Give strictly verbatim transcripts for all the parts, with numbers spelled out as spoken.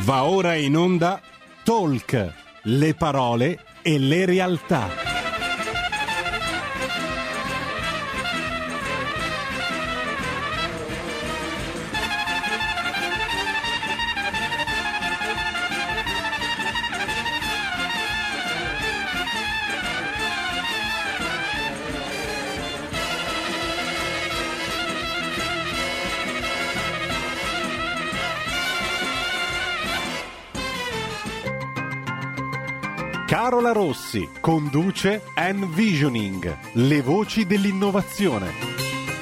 Va ora in onda Talk, le parole e le realtà. Carola Rossi conduce Envisioning, le voci dell'innovazione.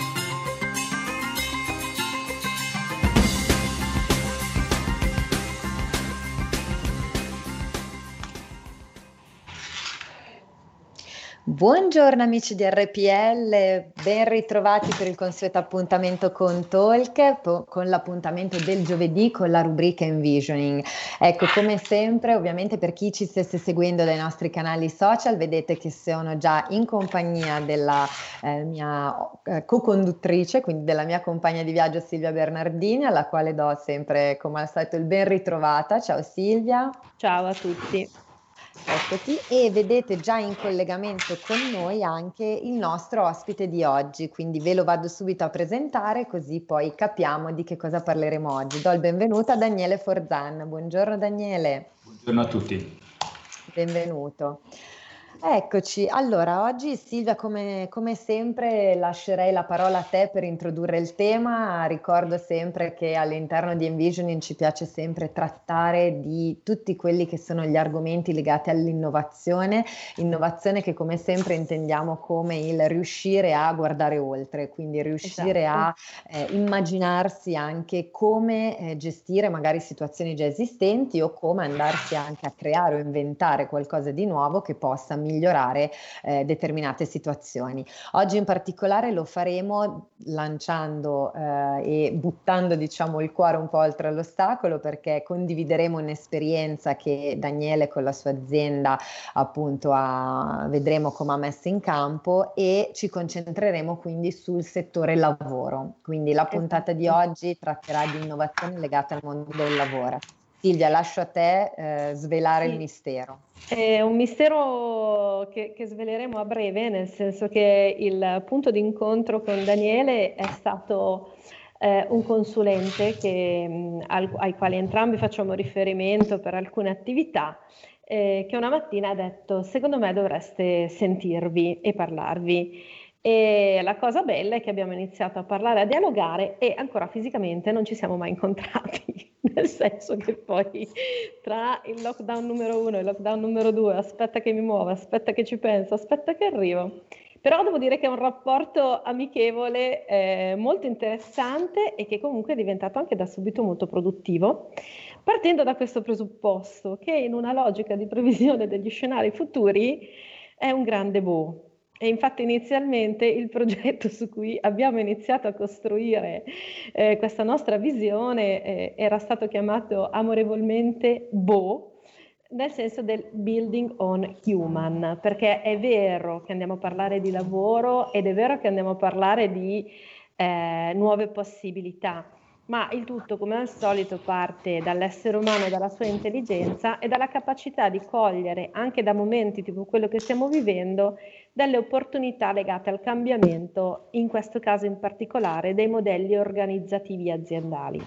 Buongiorno amici di R P L, ben ritrovati per il consueto appuntamento con Talk, po- con l'appuntamento del giovedì con la rubrica Envisioning. Ecco, come sempre, ovviamente per chi ci stesse seguendo dai nostri canali social, vedete che sono già in compagnia della eh, mia eh, co-conduttrice, quindi della mia compagna di viaggio Silvia Bernardini, alla quale do sempre, come al solito, il ben ritrovata. Ciao Silvia. Ciao a tutti. Eccoti, e vedete già in collegamento con noi anche il nostro ospite di oggi, quindi ve lo vado subito a presentare così poi capiamo di che cosa parleremo oggi. Do il benvenuto a Daniele Forzan. Buongiorno Daniele. Buongiorno a tutti. Benvenuto. Eccoci, allora oggi Silvia come, come sempre lascerei la parola a te per introdurre il tema. Ricordo sempre che all'interno di Envisioning ci piace sempre trattare di tutti quelli che sono gli argomenti legati all'innovazione, innovazione che come sempre intendiamo come il riuscire a guardare oltre, quindi riuscire Esatto. a eh, immaginarsi anche come eh, gestire magari situazioni già esistenti o come andarsi anche a creare o inventare qualcosa di nuovo che possa migliorare eh, determinate situazioni. Oggi in particolare lo faremo lanciando eh, e buttando diciamo il cuore un po' oltre l'ostacolo, perché condivideremo un'esperienza che Daniele con la sua azienda appunto ha, vedremo come ha messo in campo, e ci concentreremo quindi sul settore lavoro. Quindi la puntata di Esatto. oggi tratterà di innovazioni legate al mondo del lavoro. Silvia, lascio a te eh, svelare Sì. il mistero. È un mistero che, che sveleremo a breve, nel senso che il punto di incontro con Daniele è stato eh, un consulente che, mh, al, ai quali entrambi facciamo riferimento per alcune attività, eh, che una mattina ha detto: secondo me dovreste sentirvi e parlarvi. E la cosa bella è che abbiamo iniziato a parlare, a dialogare, e ancora fisicamente non ci siamo mai incontrati, nel senso che poi tra il lockdown numero uno e il lockdown numero due, aspetta che mi muovo, aspetta che ci penso, aspetta che arrivo. Però devo dire che è un rapporto amichevole, eh, molto interessante, e che comunque è diventato anche da subito molto produttivo, partendo da questo presupposto che in una logica di previsione degli scenari futuri è un grande boh. E infatti inizialmente il progetto su cui abbiamo iniziato a costruire eh, questa nostra visione eh, era stato chiamato amorevolmente BOH, nel senso del Building on Human, perché è vero che andiamo a parlare di lavoro ed è vero che andiamo a parlare di eh, nuove possibilità, ma il tutto, come al solito, parte dall'essere umano e dalla sua intelligenza e dalla capacità di cogliere, anche da momenti tipo quello che stiamo vivendo, delle opportunità legate al cambiamento, in questo caso in particolare dei modelli organizzativi aziendali.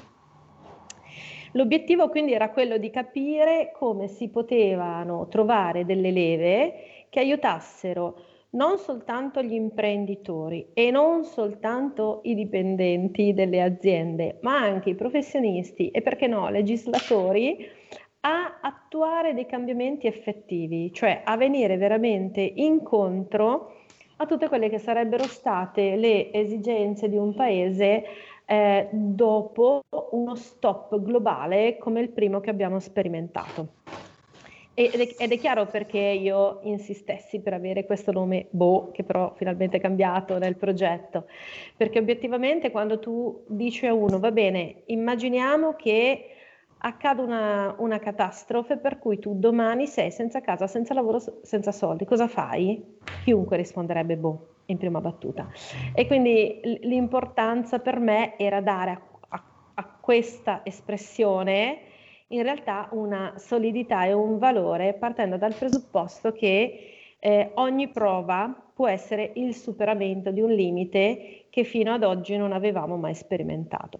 L'obiettivo quindi era quello di capire come si potevano trovare delle leve che aiutassero non soltanto gli imprenditori e non soltanto i dipendenti delle aziende, ma anche i professionisti e, perché no, legislatori, a attuare dei cambiamenti effettivi, cioè a venire veramente incontro a tutte quelle che sarebbero state le esigenze di un paese eh, dopo uno stop globale come il primo che abbiamo sperimentato. Ed è, ed è chiaro perché io insistessi per avere questo nome BOH, che però finalmente è cambiato nel progetto, perché obiettivamente quando tu dici a uno: va bene, immaginiamo che accada una, una catastrofe per cui tu domani sei senza casa, senza lavoro, senza soldi, cosa fai? Chiunque risponderebbe BOH in prima battuta. E quindi l'importanza per me era dare a, a, a questa espressione in realtà una solidità e un valore partendo dal presupposto che eh, ogni prova può essere il superamento di un limite che fino ad oggi non avevamo mai sperimentato.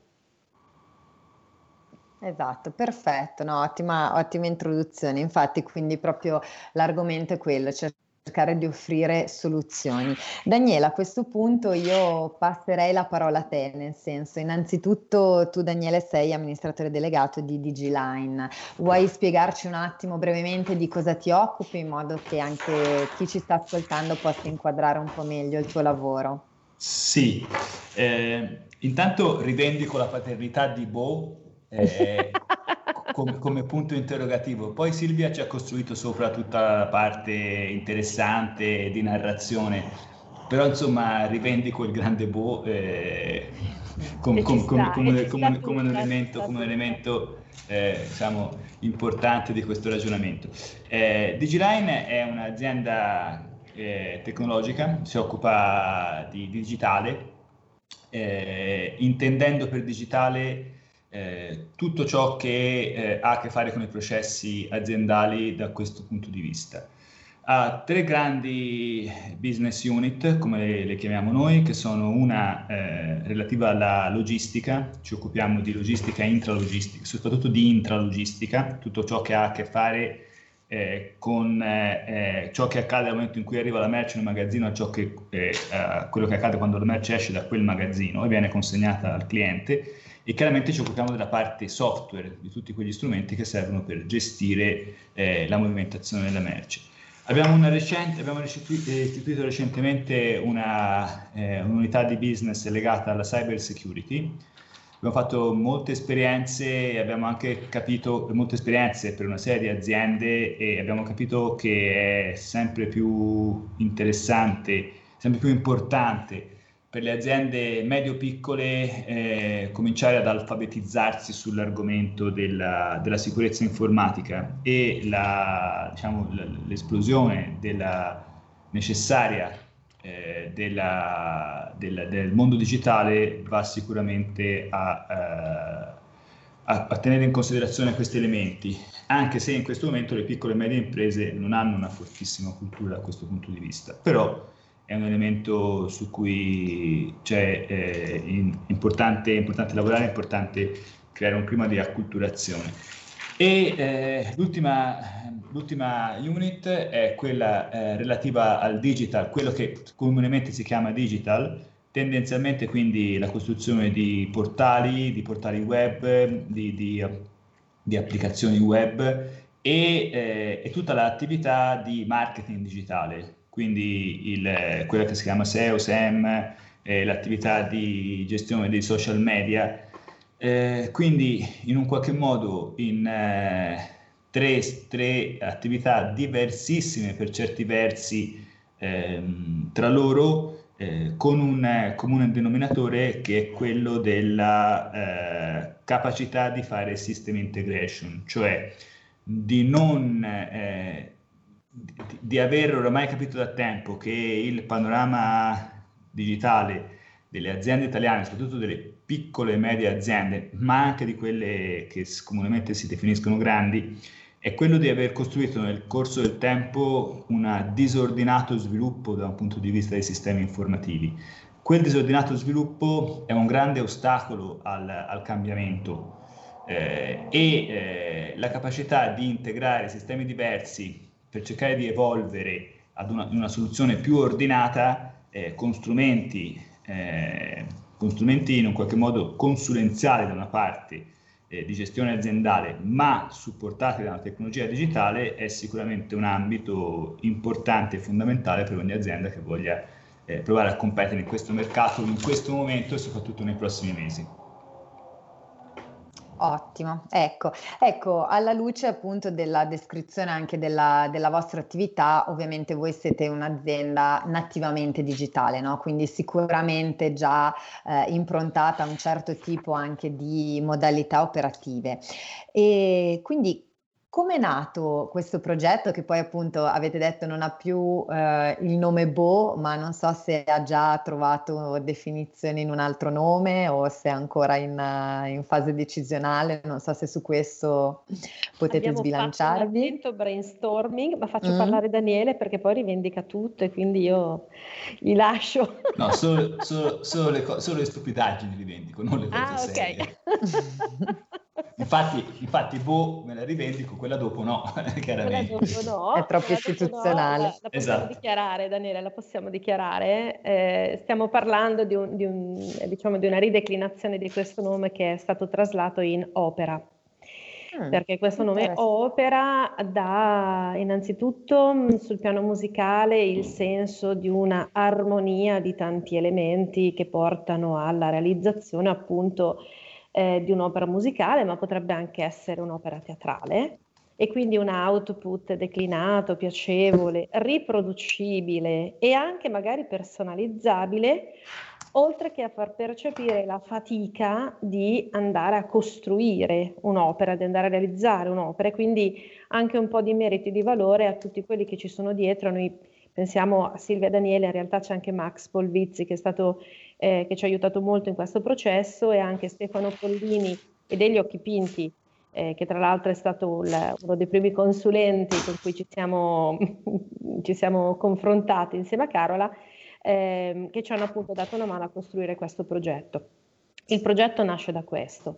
Esatto, perfetto, no, ottima, ottima introduzione. Infatti, quindi proprio l'argomento è quello, cercare di offrire soluzioni. Daniela, a questo punto io passerei la parola a te, nel senso, innanzitutto tu Daniele sei amministratore delegato di Digiline. Vuoi spiegarci un attimo brevemente di cosa ti occupi in modo che anche chi ci sta ascoltando possa inquadrare un po' meglio il tuo lavoro? Sì, eh, intanto rivendico la paternità di Bo eh, come, come punto interrogativo. Poi Silvia ci ha costruito sopra tutta la parte interessante di narrazione, però insomma rivendico il grande Bo eh, com, com, com, come, come, come un elemento, come un elemento eh, diciamo, importante di questo ragionamento. Eh, Digiline è un'azienda eh, tecnologica, si occupa di digitale, eh, intendendo per digitale eh, tutto ciò che eh, ha a che fare con i processi aziendali da questo punto di vista. Ha tre grandi business unit, come le chiamiamo noi, che sono una eh, relativa alla logistica, ci occupiamo di logistica e intralogistica, soprattutto di intralogistica, tutto ciò che ha a che fare eh, con eh, ciò che accade al momento in cui arriva la merce in un magazzino a ciò che, eh, a quello che accade quando la merce esce da quel magazzino e viene consegnata al cliente. E chiaramente ci occupiamo della parte software, di tutti quegli strumenti che servono per gestire eh, la movimentazione della merce. Abbiamo, una recente, abbiamo istituito recentemente una, eh, un'unità di business legata alla cyber security. Abbiamo fatto molte esperienze e abbiamo anche capito molte esperienze per una serie di aziende e abbiamo capito che è sempre più interessante, sempre più importante per le aziende medio-piccole eh, cominciare ad alfabetizzarsi sull'argomento della, della sicurezza informatica e la, diciamo, l'esplosione della necessaria eh, della, del, del mondo digitale va sicuramente a, a, a, a tenere in considerazione questi elementi, anche se in questo momento le piccole e medie imprese non hanno una fortissima cultura da questo punto di vista, però è un elemento su cui c'è eh, in, importante, importante lavorare, è importante creare un clima di acculturazione. E eh, l'ultima, l'ultima unit è quella eh, relativa al digital, quello che comunemente si chiama digital, tendenzialmente quindi la costruzione di portali, di portali web, di, di, di applicazioni web e, eh, e tutta l'attività di marketing digitale. Quindi il, quella che si chiama S E O, S E M, eh, l'attività di gestione dei social media, eh, quindi in un qualche modo in eh, tre, tre attività diversissime per certi versi ehm, tra loro, eh, con un eh, comune denominatore che è quello della eh, capacità di fare system integration, cioè di non... Eh, di aver ormai capito da tempo che il panorama digitale delle aziende italiane, soprattutto delle piccole e medie aziende, ma anche di quelle che comunemente si definiscono grandi, è quello di aver costruito nel corso del tempo un disordinato sviluppo da un punto di vista dei sistemi informativi. Quel disordinato sviluppo è un grande ostacolo al, al cambiamento eh, e eh, la capacità di integrare sistemi diversi per cercare di evolvere ad una, una soluzione più ordinata eh, con strumenti, eh, con strumenti in un qualche modo consulenziali da una parte eh, di gestione aziendale, ma supportati da una tecnologia digitale, è sicuramente un ambito importante e fondamentale per ogni azienda che voglia eh, provare a competere in questo mercato in questo momento e soprattutto nei prossimi mesi. Ottimo, ecco, ecco, alla luce appunto della descrizione anche della, della vostra attività, ovviamente voi siete un'azienda nativamente digitale, no? Quindi sicuramente già eh, improntata a un certo tipo anche di modalità operative. E quindi Com'è nato questo progetto che poi appunto avete detto non ha più eh, il nome Bo, ma non so se ha già trovato definizione in un altro nome o se è ancora in, uh, in fase decisionale, non so se su questo potete Abbiamo sbilanciarvi. fatto un attento brainstorming, ma faccio Mm. parlare Daniele perché poi rivendica tutto e quindi io gli lascio. No, solo, solo, solo, le, co- solo le stupidaggini rivendico, non le cose Ah, serie. ok. Infatti, infatti, boh, me la rivendico, quella dopo no, Quella chiaramente. dopo no, È troppo quella dopo no, istituzionale. la, la possiamo Esatto. dichiarare, Daniele, la possiamo dichiarare. Eh, stiamo parlando di, un, di, un, diciamo, di una rideclinazione di questo nome che è stato traslato in opera. Mm, Perché questo nome interessante. opera dà innanzitutto mh, sul piano musicale il senso di una armonia di tanti elementi che portano alla realizzazione appunto eh, di un'opera musicale, ma potrebbe anche essere un'opera teatrale, e quindi un output declinato, piacevole, riproducibile e anche magari personalizzabile, oltre che a far percepire la fatica di andare a costruire un'opera, di andare a realizzare un'opera, e quindi anche un po' di merito e di valore a tutti quelli che ci sono dietro. Noi pensiamo a Silvia e Daniele, in realtà c'è anche Max Polvizzi che è stato eh, che ci ha aiutato molto in questo processo, e anche Stefano Pollini e degli Occhi Pinti, eh, che tra l'altro è stato il, uno dei primi consulenti con cui ci siamo, ci siamo confrontati insieme a Carola, ehm, che ci hanno appunto dato una mano a costruire questo progetto. Il progetto nasce da questo.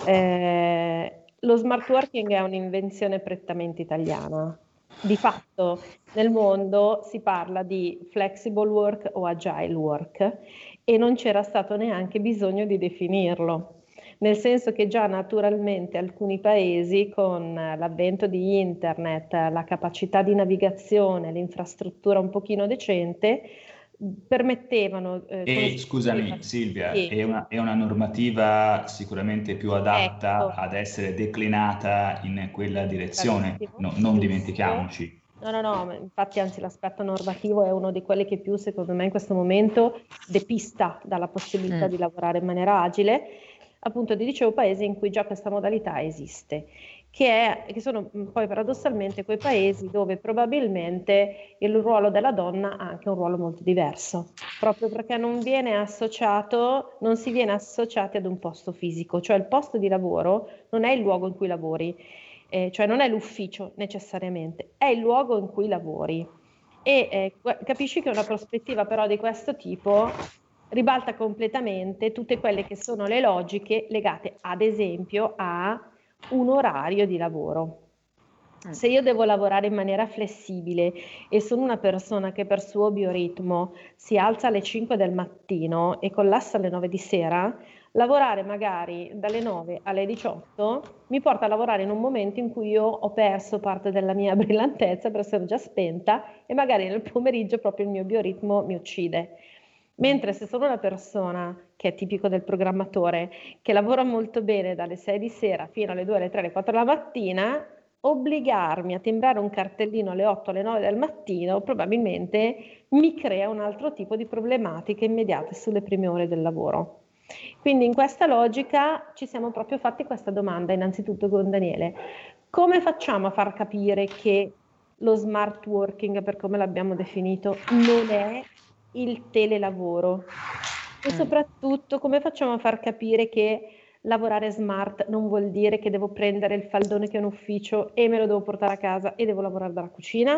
Eh, lo smart working è un'invenzione prettamente italiana. Di fatto nel mondo si parla di flexible work o agile work e non c'era stato neanche bisogno di definirlo, nel senso che già naturalmente alcuni paesi, con l'avvento di internet, la capacità di navigazione, l'infrastruttura un pochino decente, permettevano... Eh, E scusami Silvia, sì. è una, è una normativa sicuramente più adatta Ecco. ad essere declinata in quella direzione, Bravissimo, no, non giusto. dimentichiamoci. No, no, no, infatti anzi l'aspetto normativo è uno di quelli che più secondo me in questo momento depista dalla possibilità Mm. di lavorare in maniera agile. Appunto ti dicevo paesi in cui già questa modalità esiste, che, è, che sono poi paradossalmente quei paesi dove probabilmente il ruolo della donna ha anche un ruolo molto diverso, proprio perché non viene associato, non si viene associati ad un posto fisico, cioè il posto di lavoro non è il luogo in cui lavori, eh, cioè non è l'ufficio necessariamente, è il luogo in cui lavori. E eh, capisci che una prospettiva però di questo tipo ribalta completamente tutte quelle che sono le logiche legate ad esempio a un orario di lavoro. Se io devo lavorare in maniera flessibile e sono una persona che per suo bioritmo si alza alle cinque del mattino e collassa alle nove di sera, lavorare magari dalle nove alle diciotto mi porta a lavorare in un momento in cui io ho perso parte della mia brillantezza per essere già spenta, e magari nel pomeriggio proprio il mio bioritmo mi uccide. Mentre se sono una persona, che è tipico del programmatore, che lavora molto bene dalle sei di sera fino alle due, alle tre, alle quattro della mattina, obbligarmi a timbrare un cartellino alle otto, alle nove del mattino probabilmente mi crea un altro tipo di problematiche immediate sulle prime ore del lavoro. Quindi in questa logica ci siamo proprio fatti questa domanda innanzitutto con Daniele: come facciamo a far capire che lo smart working, per come l'abbiamo definito, non è il telelavoro, e soprattutto come facciamo a far capire che lavorare smart non vuol dire che devo prendere il faldone che è un ufficio e me lo devo portare a casa e devo lavorare dalla cucina?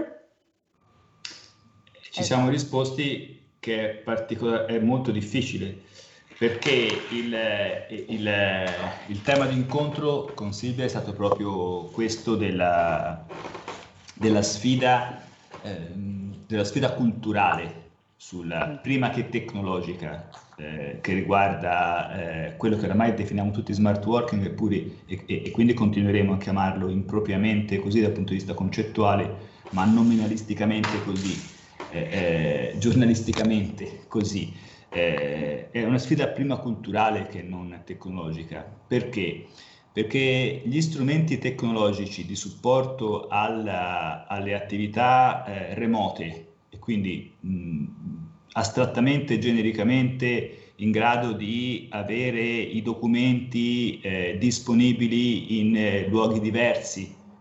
Ci siamo risposti che è, particolar- è molto difficile, perché il, il, il tema d'incontro con Silvia è stato proprio questo della, della sfida, eh, della sfida culturale, sulla, prima che tecnologica, eh, che riguarda eh, quello che oramai definiamo tutti smart working, eppure, e, e, e quindi continueremo a chiamarlo impropriamente così dal punto di vista concettuale, ma nominalisticamente così, eh, eh, giornalisticamente così. Eh, è una sfida prima culturale che non tecnologica. Perché? Perché gli strumenti tecnologici di supporto alla, alle attività eh, remote, e quindi mh, astrattamente, genericamente in grado di avere i documenti eh, disponibili in eh, luoghi diversi,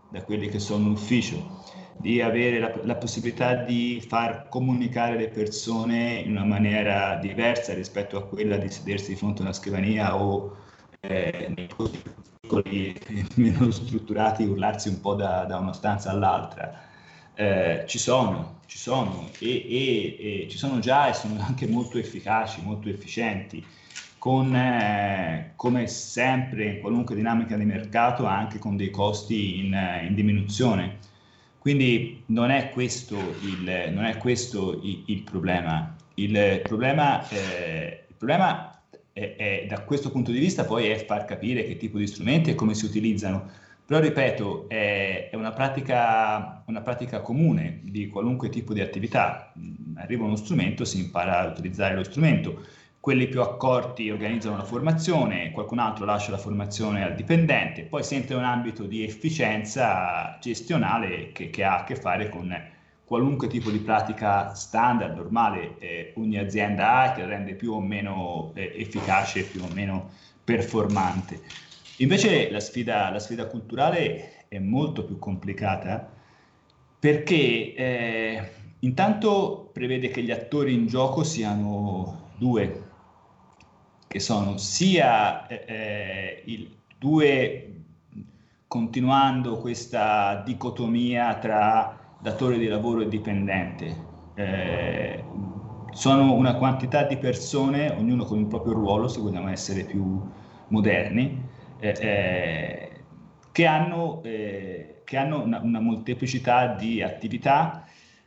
da quelli che sono in ufficio, di avere la, la possibilità di far comunicare le persone in una maniera diversa rispetto a quella di sedersi di fronte a una scrivania o eh, nei piccoli meno strutturati urlarsi un po' da, da una stanza all'altra. Eh, ci sono, ci sono e, e, e ci sono già e sono anche molto efficaci, molto efficienti, con, eh, come sempre in qualunque dinamica di mercato, anche con dei costi in, in diminuzione. Quindi non è questo il, non è questo il, il problema. Il problema, eh, il problema è, è, da questo punto di vista poi è far capire che tipo di strumenti e come si utilizzano. Però ripeto, è, è una pratica, una pratica comune di qualunque tipo di attività. Arriva uno strumento, si impara a utilizzare lo strumento. Quelli più accorti organizzano la formazione, qualcun altro lascia la formazione al dipendente, poi si entra in un ambito di efficienza gestionale che, che ha a che fare con qualunque tipo di pratica standard, normale, eh, ogni azienda ha, che la rende più o meno eh, efficace, più o meno performante. Invece la sfida, la sfida culturale è molto più complicata perché eh, intanto prevede che gli attori in gioco siano due, che sono sia eh, il, due, continuando questa dicotomia tra datore di lavoro e dipendente. Eh, sono una quantità di persone, ognuno con il proprio ruolo, se vogliamo essere più moderni, eh, eh, che hanno, eh, che hanno una, una molteplicità di attività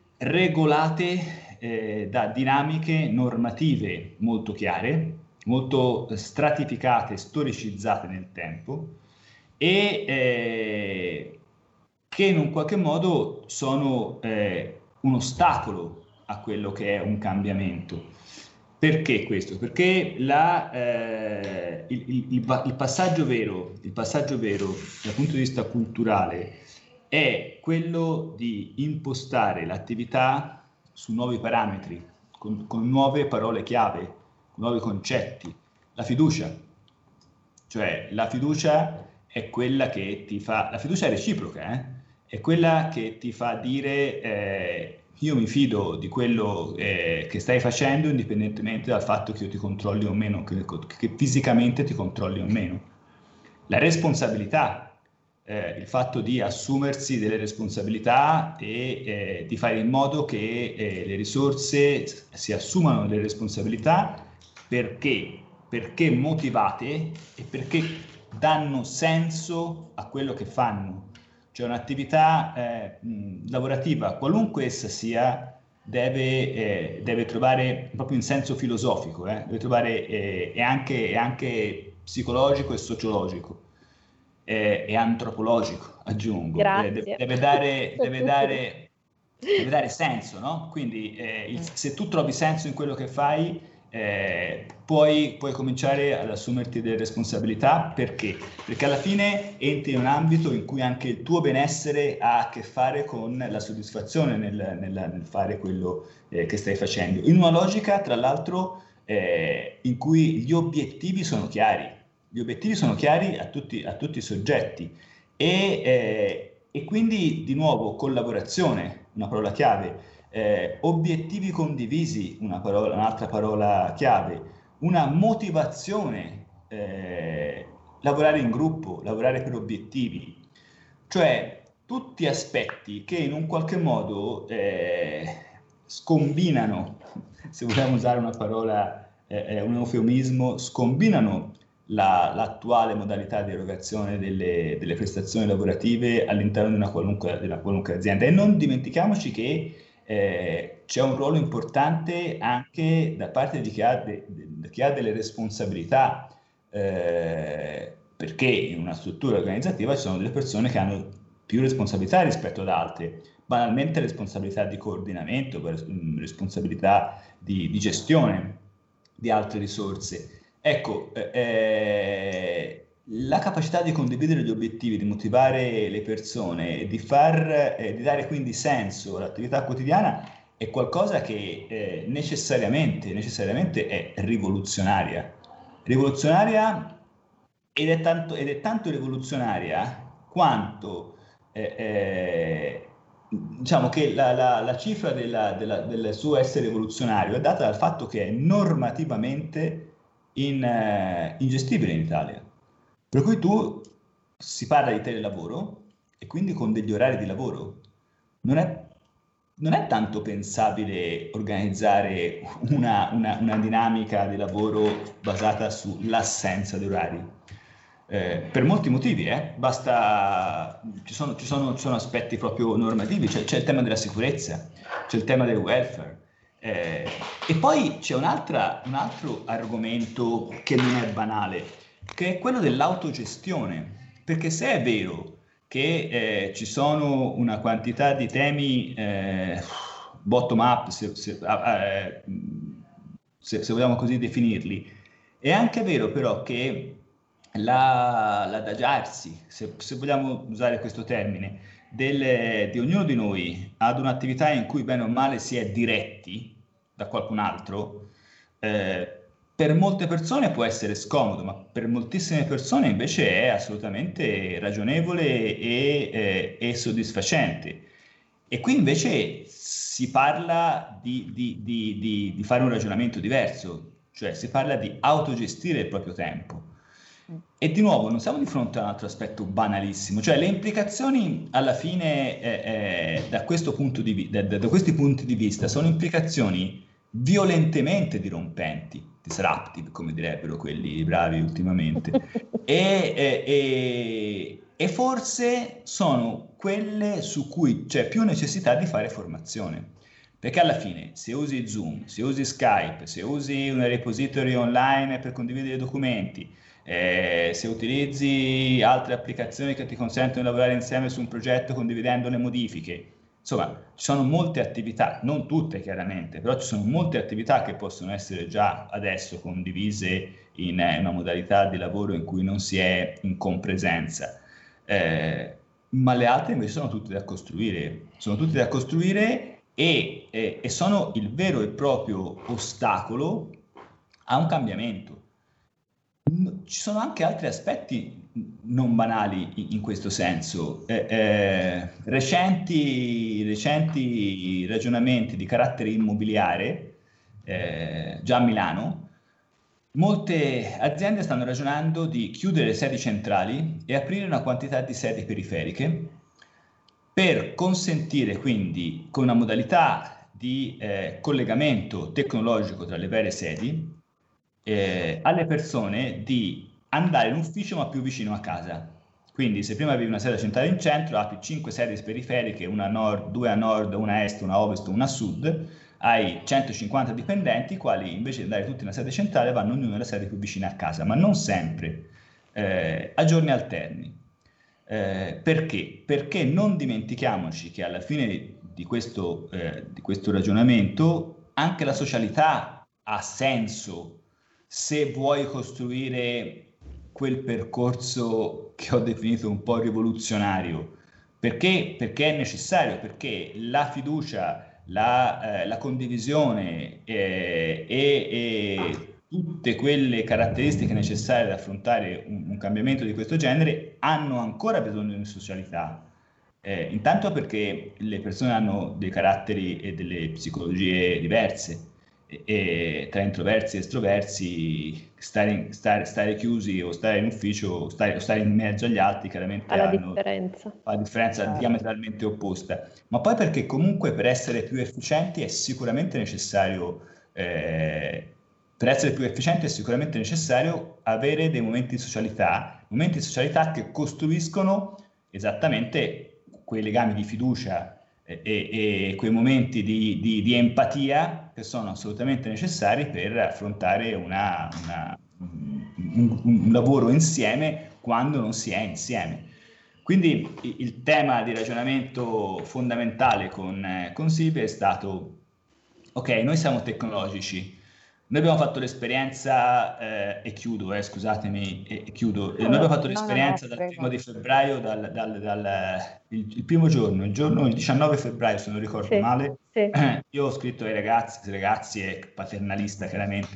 regolate eh, da dinamiche normative molto chiare, molto stratificate, storicizzate nel tempo e eh, che in un qualche modo sono eh, un ostacolo a quello che è un cambiamento. Perché questo? Perché la, eh, il, il, il, il passaggio vero, il passaggio vero dal punto di vista culturale è quello di impostare l'attività su nuovi parametri, con, con nuove parole chiave, con nuovi concetti. La fiducia, cioè la fiducia è quella che ti fa, la fiducia è reciproca, eh? È quella che ti fa dire eh, io mi fido di quello eh, che stai facendo indipendentemente dal fatto che io ti controlli o meno, che, che fisicamente ti controlli o meno. La responsabilità, eh, il fatto di assumersi delle responsabilità e eh, di fare in modo che eh, le risorse si assumano delle responsabilità perché, perché motivate e perché danno senso a quello che fanno. Cioè un'attività eh, mh, lavorativa, qualunque essa sia, deve, eh, deve trovare proprio in senso filosofico, eh, deve trovare eh, è anche, è anche psicologico e sociologico eh, e antropologico, aggiungo. Eh, deve, deve, dare, deve, dare, deve dare senso, no? Quindi eh, il, se tu trovi senso in quello che fai, Eh, puoi, puoi cominciare ad assumerti delle responsabilità. Perché? Perché alla fine entri in un ambito in cui anche il tuo benessere ha a che fare con la soddisfazione nel, nel, nel fare quello eh, che stai facendo, in una logica tra l'altro eh, in cui gli obiettivi sono chiari, gli obiettivi sono chiari a tutti, a tutti i soggetti e, eh, e quindi di nuovo collaborazione, una parola chiave. Eh, obiettivi condivisi, una parola, un'altra parola chiave, una motivazione, eh, lavorare in gruppo, lavorare per obiettivi, cioè tutti aspetti che in un qualche modo eh, scombinano, se vogliamo usare una parola, eh, un eufemismo, scombinano la, l'attuale modalità di erogazione delle, delle prestazioni lavorative all'interno di una qualunque, di una qualunque azienda. E non dimentichiamoci che Eh, c'è un ruolo importante anche da parte di chi ha, de, de, chi ha delle responsabilità, eh, perché in una struttura organizzativa ci sono delle persone che hanno più responsabilità rispetto ad altre, banalmente responsabilità di coordinamento, responsabilità di, di gestione di altre risorse. Ecco, eh, la capacità di condividere gli obiettivi, di motivare le persone, di, far, eh, di dare quindi senso all'attività quotidiana è qualcosa che eh, necessariamente, necessariamente è rivoluzionaria. Rivoluzionaria ed è tanto, ed è tanto rivoluzionaria quanto eh, eh, diciamo che la, la, la cifra della, della, del suo essere rivoluzionario è data dal fatto che è normativamente in, eh, ingestibile in Italia. Per cui tu si parla di telelavoro e quindi con degli orari di lavoro. Non è, non è tanto pensabile organizzare una, una, una dinamica di lavoro basata sull'assenza di orari. Eh, per molti motivi, eh. Basta, ci sono, ci sono, ci sono aspetti proprio normativi, c'è, c'è il tema della sicurezza, c'è il tema del welfare, eh, e poi c'è un'altra, un altro argomento che non è banale, che è quello dell'autogestione, perché se è vero che eh, ci sono una quantità di temi eh, bottom up, se, se, eh, se, se vogliamo così definirli, è anche vero però che La, l'adagiarsi, se, se vogliamo usare questo termine, del, di ognuno di noi ad un'attività in cui bene o male si è diretti da qualcun altro, eh, per molte persone può essere scomodo, ma per moltissime persone invece è assolutamente ragionevole e, eh, e soddisfacente. E qui invece si parla di, di, di, di, di fare un ragionamento diverso, cioè si parla di autogestire il proprio tempo. E di nuovo non siamo di fronte a un altro aspetto banalissimo, cioè le implicazioni alla fine eh, eh, da, questo punto di vi- da, da questi punti di vista sono implicazioni violentemente dirompenti, disruptive come direbbero quelli bravi ultimamente, e, e, e, e forse sono quelle su cui c'è più necessità di fare formazione. Perché alla fine, se usi Zoom, se usi Skype, se usi una repository online per condividere documenti, Eh, se utilizzi altre applicazioni che ti consentono di lavorare insieme su un progetto condividendo le modifiche, insomma, ci sono molte attività, non tutte chiaramente, però ci sono molte attività che possono essere già adesso condivise in eh, una modalità di lavoro in cui non si è in compresenza, eh, ma le altre invece sono tutte da costruire, sono tutte da costruire e, e, e sono il vero e proprio ostacolo a un cambiamento. Ci sono anche altri aspetti non banali in questo senso. Eh, eh, recenti, recenti ragionamenti di carattere immobiliare, eh, già a Milano, molte aziende stanno ragionando di chiudere le sedi centrali e aprire una quantità di sedi periferiche per consentire quindi, con una modalità di eh, collegamento tecnologico tra le varie sedi, Eh, alle persone di andare in ufficio ma più vicino a casa. Quindi se prima avevi una sede centrale in centro, apri cinque sedi periferiche, una a nord, due a nord, una a est, una a ovest, una a sud, hai centocinquanta dipendenti, i quali invece di andare tutti in una sede centrale vanno ognuno nella sede più vicina a casa, ma non sempre, eh, a giorni alterni. Eh, perché? Perché non dimentichiamoci che alla fine di questo, eh, di questo ragionamento anche la socialità ha senso se vuoi costruire quel percorso che ho definito un po' rivoluzionario. Perché? Perché è necessario, perché la fiducia, la, eh, la condivisione eh, e, e tutte quelle caratteristiche necessarie ad affrontare un, un cambiamento di questo genere hanno ancora bisogno di socialità. Eh, intanto perché le persone hanno dei caratteri e delle psicologie diverse. E tra introversi e estroversi stare, in, stare, stare chiusi o stare in ufficio o stare, o stare in mezzo agli altri chiaramente Fa la hanno differenza. la differenza Certo. diametralmente opposta, ma poi perché comunque per essere più efficienti è sicuramente necessario eh, per essere più efficienti è sicuramente necessario avere dei momenti di socialità, momenti di socialità che costruiscono esattamente quei legami di fiducia e, e quei momenti di, di, di empatia che sono assolutamente necessari per affrontare una, una, un, un lavoro insieme quando non si è insieme. Quindi il tema di ragionamento fondamentale con, con Silvia è stato: ok, noi siamo tecnologici, noi abbiamo fatto l'esperienza, eh, e chiudo, eh, scusatemi, e, e chiudo, noi abbiamo fatto l'esperienza no, no, no, dal primo di febbraio, dal, dal, dal il, il primo giorno, il giorno, il diciannove febbraio se non ricordo sì, male, sì. Io ho scritto ai ragazzi, ragazzi è paternalista chiaramente,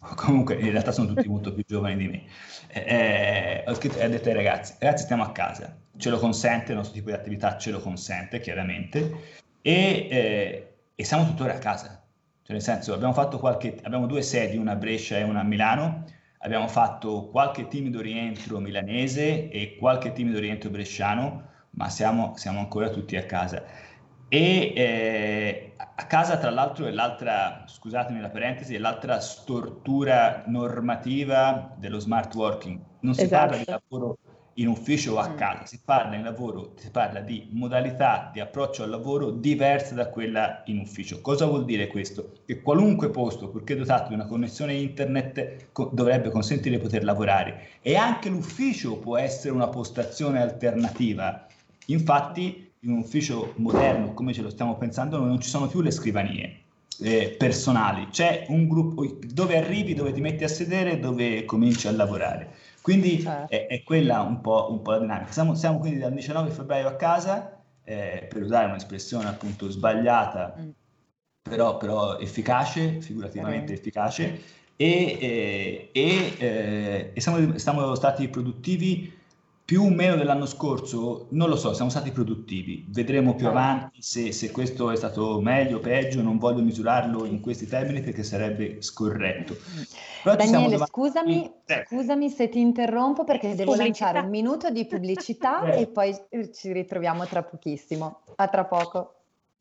comunque in realtà sono tutti molto più giovani di me, eh, ho scritto, ho detto ai ragazzi, ragazzi stiamo a casa, ce lo consente, il nostro tipo di attività ce lo consente chiaramente, e, eh, e siamo tuttora a casa, cioè nel senso abbiamo fatto qualche, abbiamo due sedi, una a Brescia e una a Milano, abbiamo fatto qualche timido rientro milanese e qualche timido rientro bresciano, ma siamo, siamo ancora tutti a casa. E eh, a casa, tra l'altro, è l'altra, scusatemi la parentesi, è l'altra stortura normativa dello smart working. Non si Esatto. parla di lavoro in ufficio o a casa, si parla in lavoro, si parla di modalità di approccio al lavoro diverse da quella in ufficio. Cosa vuol dire questo? Che qualunque posto, purché dotato di una connessione internet, co- dovrebbe consentire di poter lavorare, e anche l'ufficio può essere una postazione alternativa. Infatti in un ufficio moderno come ce lo stiamo pensando noi non ci sono più le scrivanie eh, personali, c'è un gruppo dove arrivi, dove ti metti a sedere, dove cominci a lavorare. Quindi Certo. è, è quella un po', un po' la dinamica. Siamo, siamo quindi dal diciannove febbraio a casa, eh, per usare un'espressione appunto sbagliata, Mm. però, però efficace, figurativamente Sì. efficace, e, eh, e, eh, e siamo, siamo stati produttivi più o meno dell'anno scorso, non lo so, siamo stati produttivi, vedremo più Ah. avanti se, se questo è stato meglio o peggio, non voglio misurarlo in questi termini perché sarebbe scorretto. Però ci siamo Daniele, davanti- scusami, Eh, scusami se ti interrompo perché devo Pubblicità. lanciare un minuto di pubblicità Eh. e poi eh, ci ritroviamo tra pochissimo. A tra poco.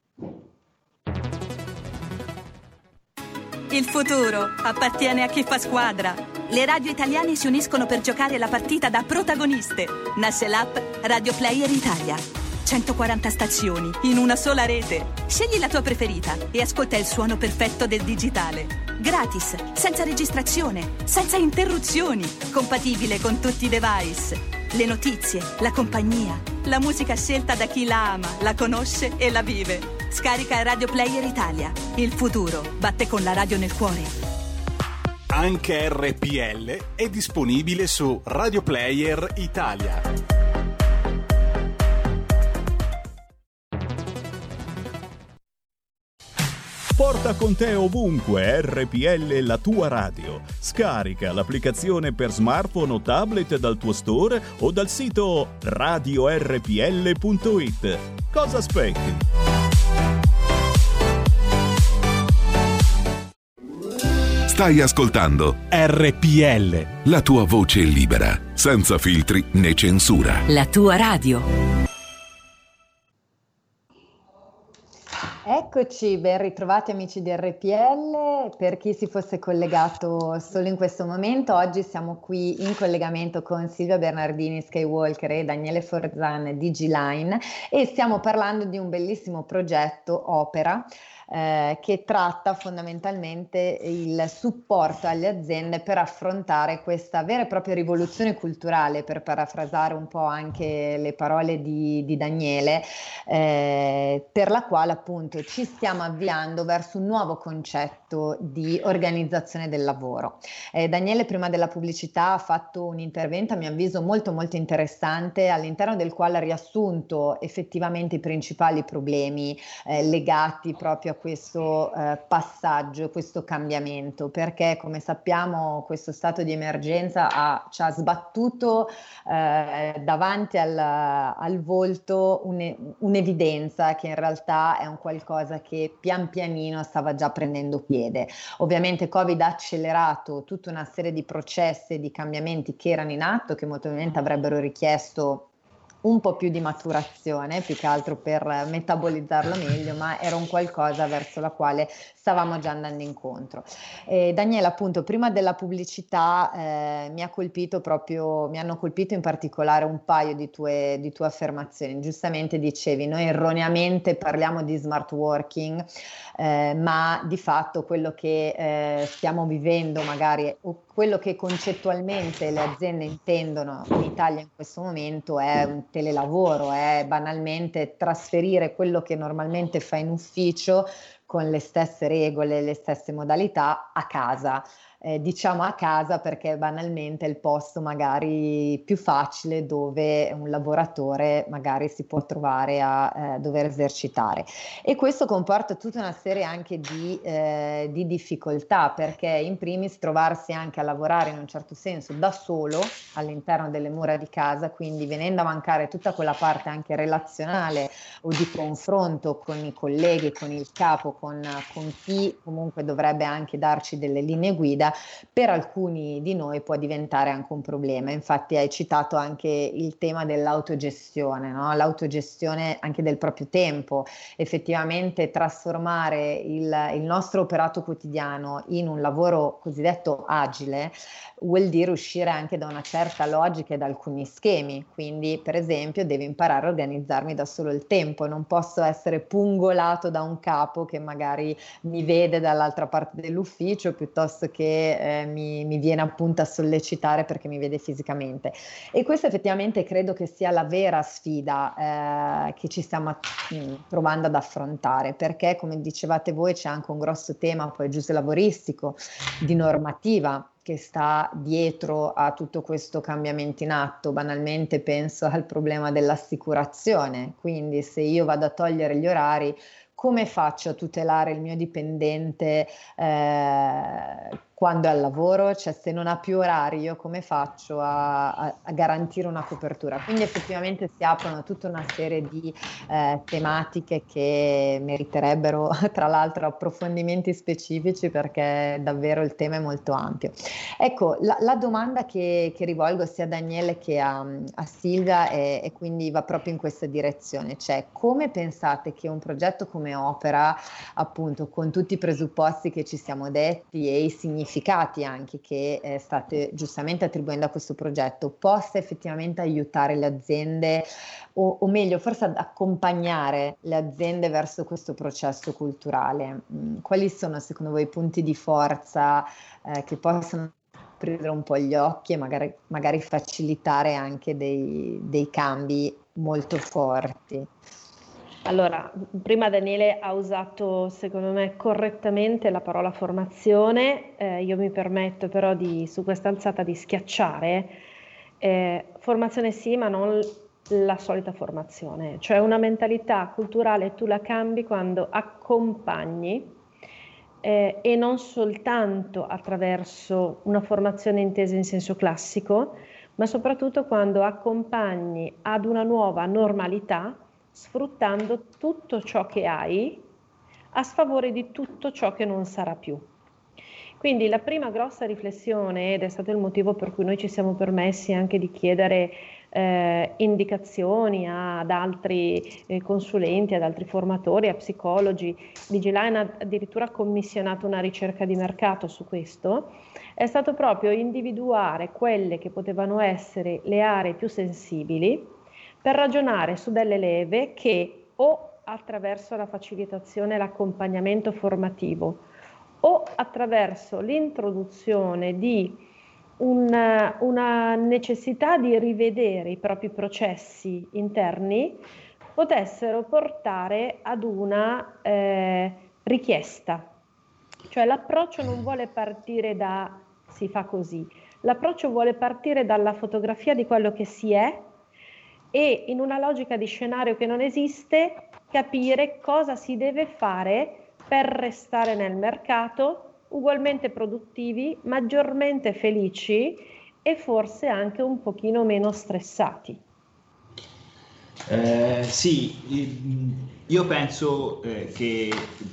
Il futuro appartiene a chi fa squadra. Le radio italiane si uniscono per giocare la partita da protagoniste. Nasce l'app Radio Player Italia. centoquaranta stazioni in una sola rete. Scegli la tua preferita e ascolta il suono perfetto del digitale. Gratis, senza registrazione, senza interruzioni, compatibile con tutti i device. Le notizie, la compagnia, la musica scelta da chi la ama, la conosce e la vive. Scarica Radio Player Italia. Il futuro batte con la radio nel cuore. Anche R P L è disponibile su Radio Player Italia. Porta con te ovunque R P L, la tua radio. Scarica l'applicazione per smartphone o tablet dal tuo store o dal sito radio r p l punto i t. Cosa aspetti? Stai ascoltando R P L, la tua voce libera, senza filtri né censura. La tua radio. Eccoci, ben ritrovati amici di R P L. Per chi si fosse collegato solo in questo momento, oggi siamo qui in collegamento con Silvia Bernardini Skywalker e Daniele Forzan di G-Line e stiamo parlando di un bellissimo progetto Opera eh, che tratta fondamentalmente il supporto alle aziende per affrontare questa vera e propria rivoluzione culturale, per parafrasare un po' anche le parole di, di Daniele, eh, per la quale appunto ci stiamo avviando verso un nuovo concetto di organizzazione del lavoro. Eh, Daniele prima della pubblicità ha fatto un intervento a mio avviso molto molto interessante, all'interno del quale ha riassunto effettivamente i principali problemi eh, legati proprio a questo eh, passaggio, questo cambiamento, perché come sappiamo questo stato di emergenza ha, ci ha sbattuto eh, davanti al, al volto un, un'evidenza che in realtà è un qualcosa che pian pianino stava già prendendo piede. Ovviamente Covid ha accelerato tutta una serie di processi e di cambiamenti che erano in atto, che molto probabilmente avrebbero richiesto un po' più di maturazione, più che altro per metabolizzarlo meglio, ma era un qualcosa verso la quale stavamo già andando incontro. Eh, Daniela, appunto, prima della pubblicità eh, mi ha colpito proprio, mi hanno colpito in particolare un paio di tue, di tue affermazioni. Giustamente dicevi, noi erroneamente parliamo di smart working, eh, ma di fatto quello che eh, stiamo vivendo magari, o quello che concettualmente le aziende intendono in Italia in questo momento è un telelavoro, è banalmente trasferire quello che normalmente fa in ufficio con le stesse regole, le stesse modalità a casa. Eh, diciamo a casa perché banalmente è il posto magari più facile dove un lavoratore magari si può trovare a eh, dover esercitare, e questo comporta tutta una serie anche di, eh, di difficoltà, perché in primis trovarsi anche a lavorare in un certo senso da solo all'interno delle mura di casa, quindi venendo a mancare tutta quella parte anche relazionale o di confronto con i colleghi, con il capo, con, con chi comunque dovrebbe anche darci delle linee guida, per alcuni di noi può diventare anche un problema. Infatti hai citato anche il tema dell'autogestione, no? L'autogestione anche del proprio tempo, effettivamente trasformare il, il nostro operato quotidiano in un lavoro cosiddetto agile vuol dire uscire anche da una certa logica e da alcuni schemi, quindi per esempio devo imparare a organizzarmi da solo il tempo, non posso essere pungolato da un capo che magari mi vede dall'altra parte dell'ufficio piuttosto che eh, mi, mi viene appunto a sollecitare perché mi vede fisicamente. E questo effettivamente credo che sia la vera sfida eh, che ci stiamo mh, provando ad affrontare, perché come dicevate voi c'è anche un grosso tema poi giusto lavoristico, di normativa che sta dietro a tutto questo cambiamento in atto. Banalmente penso al problema dell'assicurazione, quindi se io vado a togliere gli orari, come faccio a tutelare il mio dipendente eh, quando è al lavoro? Cioè se non ha più orari io come faccio a, a, a garantire una copertura? Quindi effettivamente si aprono tutta una serie di eh, tematiche che meriterebbero tra l'altro approfondimenti specifici, perché davvero il tema è molto ampio. Ecco, la, la domanda che, che rivolgo sia a Daniele che a, a Silvia è, e quindi va proprio in questa direzione, cioè come pensate che un progetto come Opera, appunto con tutti i presupposti che ci siamo detti e i significati anche che eh, state giustamente attribuendo a questo progetto, possa effettivamente aiutare le aziende o, o meglio forse ad accompagnare le aziende verso questo processo culturale? Mm, quali sono secondo voi i punti di forza eh, che possono aprire un po' gli occhi e magari, magari facilitare anche dei, dei cambi molto forti? Allora, prima Daniele ha usato, secondo me, correttamente la parola formazione, eh, io mi permetto però di, su questa alzata di schiacciare, eh, formazione sì, ma non la solita formazione, cioè una mentalità culturale tu la cambi quando accompagni eh, e non soltanto attraverso una formazione intesa in senso classico, ma soprattutto quando accompagni ad una nuova normalità, sfruttando tutto ciò che hai a sfavore di tutto ciò che non sarà più. Quindi la prima grossa riflessione, ed è stato il motivo per cui noi ci siamo permessi anche di chiedere eh, indicazioni ad altri eh, consulenti, ad altri formatori, a psicologi, Vigiline ha addirittura commissionato una ricerca di mercato su questo, è stato proprio individuare quelle che potevano essere le aree più sensibili per ragionare su delle leve che o attraverso la facilitazione e l'accompagnamento formativo o attraverso l'introduzione di una, una necessità di rivedere i propri processi interni potessero portare ad una eh, richiesta. Cioè l'approccio non vuole partire da si fa così, l'approccio vuole partire dalla fotografia di quello che si è e in una logica di scenario che non esiste capire cosa si deve fare per restare nel mercato ugualmente produttivi, maggiormente felici e forse anche un pochino meno stressati. Eh, sì, io penso eh, che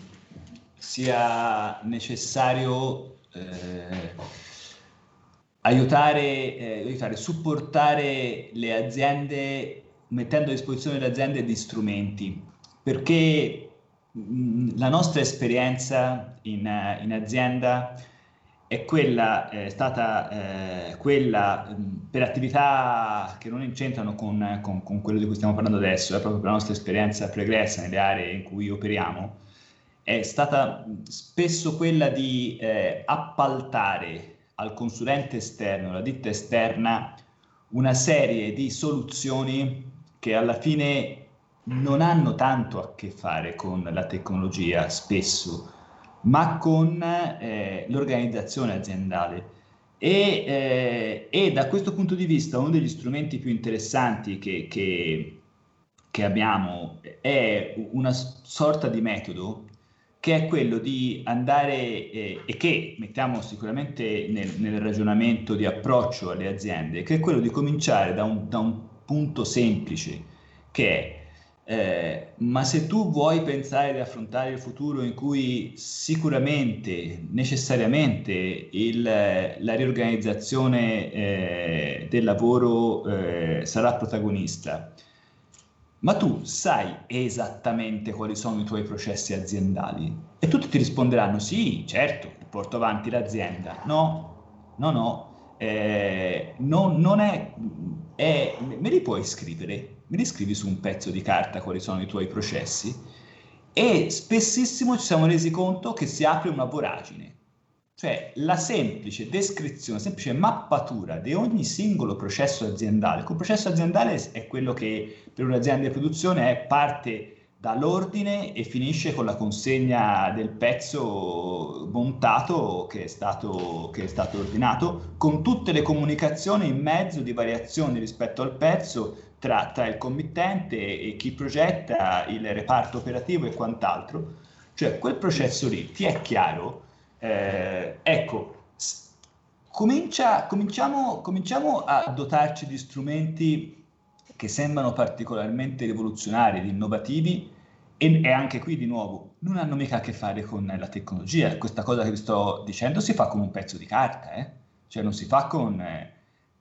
sia necessario eh, Aiutare, eh, aiutare, supportare le aziende mettendo a disposizione delle aziende di strumenti, perché mh, la nostra esperienza in, in azienda è quella, è stata eh, quella mh, per attività che non c'entrano con, con, con quello di cui stiamo parlando adesso, è proprio per la nostra esperienza pregressa nelle aree in cui operiamo, è stata spesso quella di eh, appaltare al consulente esterno, alla ditta esterna, una serie di soluzioni che alla fine non hanno tanto a che fare con la tecnologia spesso, ma con eh, l'organizzazione aziendale. E, eh, e da questo punto di vista uno degli strumenti più interessanti che, che, che abbiamo è una sorta di metodo che è quello di andare eh, e che mettiamo sicuramente nel, nel ragionamento di approccio alle aziende, che è quello di cominciare da un, da un punto semplice, che è Eh, ma se tu vuoi pensare di affrontare il futuro in cui sicuramente, necessariamente il, la riorganizzazione eh, del lavoro eh, sarà protagonista, ma tu sai esattamente quali sono i tuoi processi aziendali? E tutti ti risponderanno sì, certo, porto avanti l'azienda. No, no, no, eh, non, non è, è... Me li puoi scrivere? Me li scrivi su un pezzo di carta quali sono i tuoi processi? E spessissimo ci siamo resi conto che si apre una voragine, cioè la semplice descrizione, semplice mappatura di ogni singolo processo aziendale. Il processo aziendale è quello che per un'azienda di produzione è parte dall'ordine e finisce con la consegna del pezzo montato che è stato, che è stato ordinato, con tutte le comunicazioni in mezzo di variazioni rispetto al pezzo tra, tra il committente e chi progetta, il reparto operativo e quant'altro. Cioè quel processo lì ti è chiaro? Eh, ecco, comincia, cominciamo, cominciamo a dotarci di strumenti che sembrano particolarmente rivoluzionari ed innovativi e, e anche qui di nuovo non hanno mica a che fare con la tecnologia. Questa cosa che vi sto dicendo si fa con un pezzo di carta, eh? Cioè non si fa con... Eh...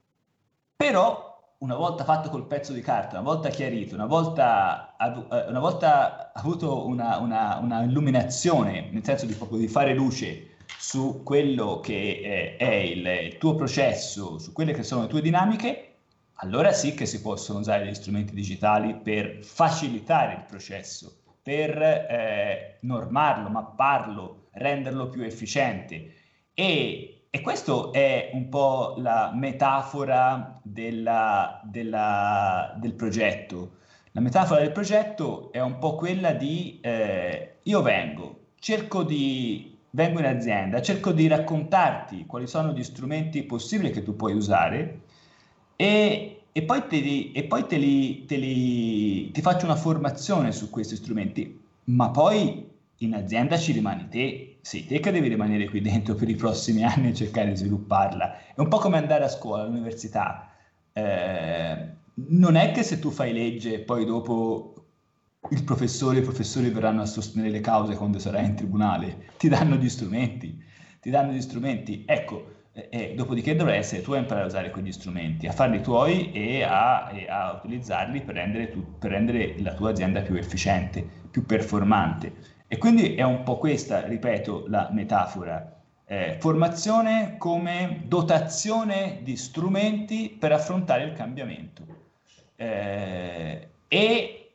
Però una volta fatto col pezzo di carta, una volta chiarito, una volta, una volta avuto una, una, una illuminazione, nel senso di proprio di fare luce su quello che eh, è il, il tuo processo, su quelle che sono le tue dinamiche, allora sì che si possono usare gli strumenti digitali per facilitare il processo, per eh, normarlo, mapparlo, renderlo più efficiente. E, e questo è un po' la metafora della, della, del progetto. La metafora del progetto è un po' quella di eh, io vengo, cerco di, vengo in azienda, cerco di raccontarti quali sono gli strumenti possibili che tu puoi usare e, e poi, te li, e poi te li, te li, ti faccio una formazione su questi strumenti, ma poi in azienda ci rimani te, sei te che devi rimanere qui dentro per i prossimi anni e cercare di svilupparla. È un po' come andare a scuola, all'università. Eh, non è che se tu fai legge e poi dopo il professore e i professori verranno a sostenere le cause quando sarai in tribunale, ti danno gli strumenti, ti danno gli strumenti. Ecco, e dopodiché dovrai essere tu a imparare a usare quegli strumenti, a farli tuoi e a, e a utilizzarli per rendere, tu, per rendere la tua azienda più efficiente, più performante. E quindi è un po' questa, ripeto, la metafora. Eh, formazione come dotazione di strumenti per affrontare il cambiamento. Eh, e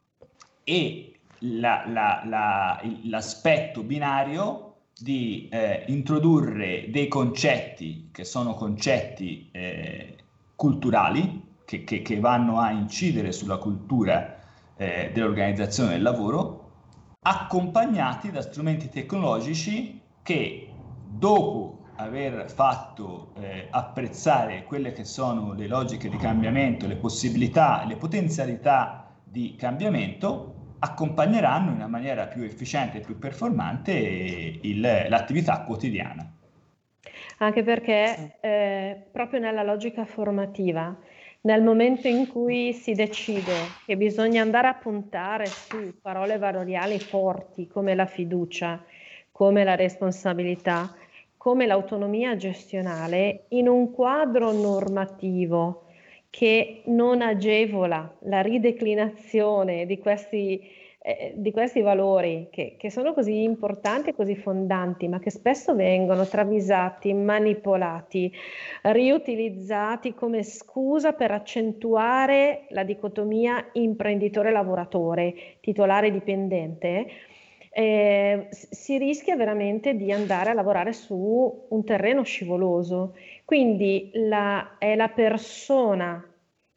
e la, la, la, l'aspetto binario di eh, introdurre dei concetti che sono concetti eh, culturali, che, che, che vanno a incidere sulla cultura eh, dell'organizzazione del lavoro, accompagnati da strumenti tecnologici che, dopo aver fatto eh, apprezzare quelle che sono le logiche di cambiamento, le possibilità e le potenzialità di cambiamento, accompagneranno in una maniera più efficiente e più performante il, l'attività quotidiana. Anche perché eh, proprio nella logica formativa, nel momento in cui si decide che bisogna andare a puntare su parole valoriali forti come la fiducia, come la responsabilità, come l'autonomia gestionale, in un quadro normativo che non agevola la rideclinazione di questi, eh, di questi valori che, che sono così importanti e così fondanti, ma che spesso vengono travisati, manipolati, riutilizzati come scusa per accentuare la dicotomia imprenditore-lavoratore, titolare-dipendente. Eh, si rischia veramente di andare a lavorare su un terreno scivoloso. Quindi la, è la persona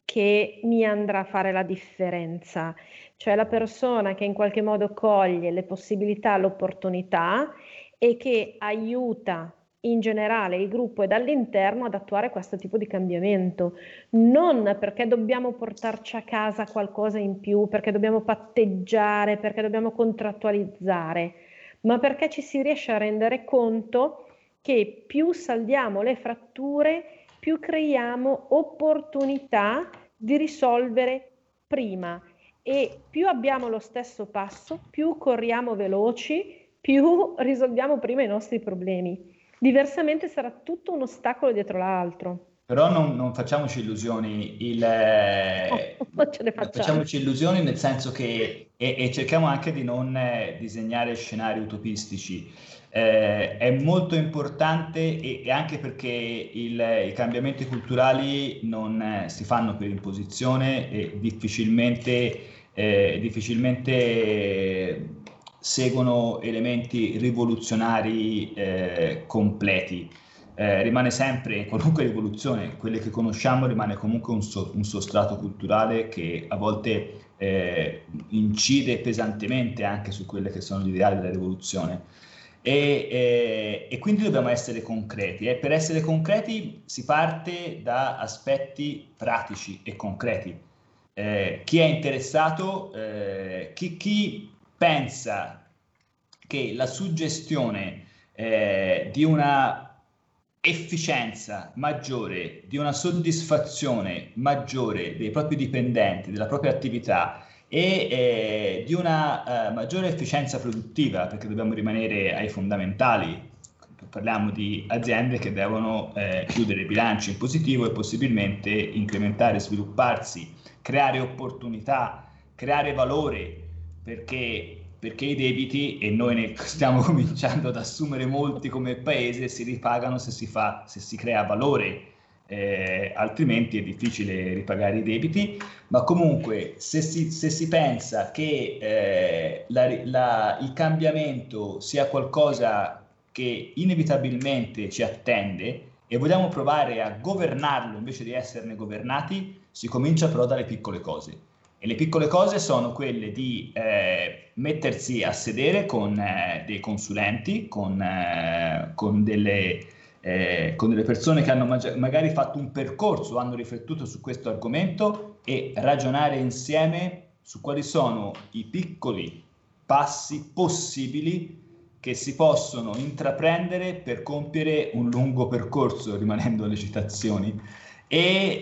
che mi andrà a fare la differenza, cioè la persona che in qualche modo coglie le possibilità, l'opportunità e che aiuta in generale il gruppo e dall'interno ad attuare questo tipo di cambiamento, non perché dobbiamo portarci a casa qualcosa in più, perché dobbiamo patteggiare, perché dobbiamo contrattualizzare, ma perché ci si riesce a rendere conto che più saldiamo le fratture, più creiamo opportunità di risolvere prima, e più abbiamo lo stesso passo, più corriamo veloci, più risolviamo prima i nostri problemi. Diversamente sarà tutto un ostacolo dietro l'altro. Però non, non facciamoci illusioni, il, eh, non ce ne facciamo. facciamoci illusioni nel senso che, e, e cerchiamo anche di non eh, disegnare scenari utopistici. Eh, è molto importante, e, e anche perché il, i cambiamenti culturali non eh, si fanno per imposizione e difficilmente, eh, difficilmente seguono elementi rivoluzionari eh, completi. Eh, rimane sempre, qualunque rivoluzione, quelle che conosciamo, rimane comunque un, so, un sostrato culturale che a volte eh, incide pesantemente anche su quelle che sono gli ideali della rivoluzione. E, eh, e quindi dobbiamo essere concreti. E per essere concreti si parte da aspetti pratici e concreti. Eh, chi è interessato, eh, chi, chi pensa che la suggestione eh, di una efficienza maggiore, di una soddisfazione maggiore dei propri dipendenti, della propria attività e eh, di una eh, maggiore efficienza produttiva, perché dobbiamo rimanere ai fondamentali. Parliamo di aziende che devono eh, chiudere i bilanci in positivo e possibilmente incrementare, svilupparsi, creare opportunità, creare valore, perché perché i debiti, e noi ne stiamo cominciando ad assumere molti come paese, si ripagano se si fa, se si crea valore, eh, altrimenti è difficile ripagare i debiti. Ma comunque se si, se si pensa che eh, la, la, il cambiamento sia qualcosa che inevitabilmente ci attende e vogliamo provare a governarlo invece di esserne governati, si comincia però dalle piccole cose. E le piccole cose sono quelle di eh, mettersi a sedere con eh, dei consulenti, con, eh, con, delle, eh, con delle persone che hanno mag- magari fatto un percorso, hanno riflettuto su questo argomento e ragionare insieme su quali sono i piccoli passi possibili che si possono intraprendere per compiere un lungo percorso, rimanendo alle citazioni. E...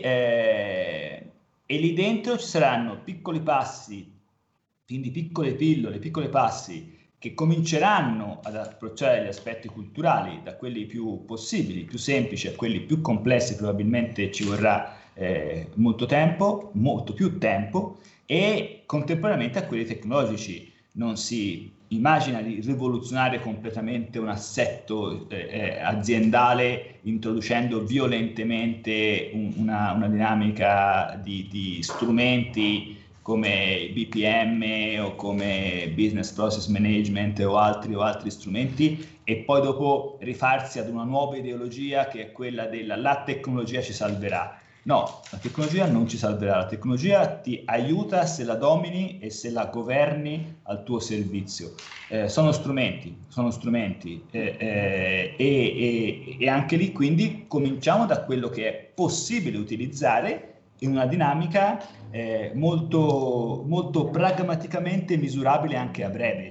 Eh, E lì dentro ci saranno piccoli passi, quindi piccole pillole, piccoli passi che cominceranno ad approcciare gli aspetti culturali, da quelli più possibili, più semplici, a quelli più complessi. Probabilmente ci vorrà eh, molto tempo, molto più tempo, e contemporaneamente a quelli tecnologici. Non si immagina di rivoluzionare completamente un assetto eh, aziendale introducendo violentemente un, una, una dinamica di, di strumenti come B P M o come Business Process Management o altri, o altri strumenti, e poi dopo rifarsi ad una nuova ideologia che è quella della la tecnologia ci salverà. No, la tecnologia non ci salverà, la tecnologia ti aiuta se la domini e se la governi al tuo servizio. Eh, sono strumenti, sono strumenti eh, eh, e, e, e anche lì quindi cominciamo da quello che è possibile utilizzare in una dinamica eh, molto, molto pragmaticamente misurabile anche a breve.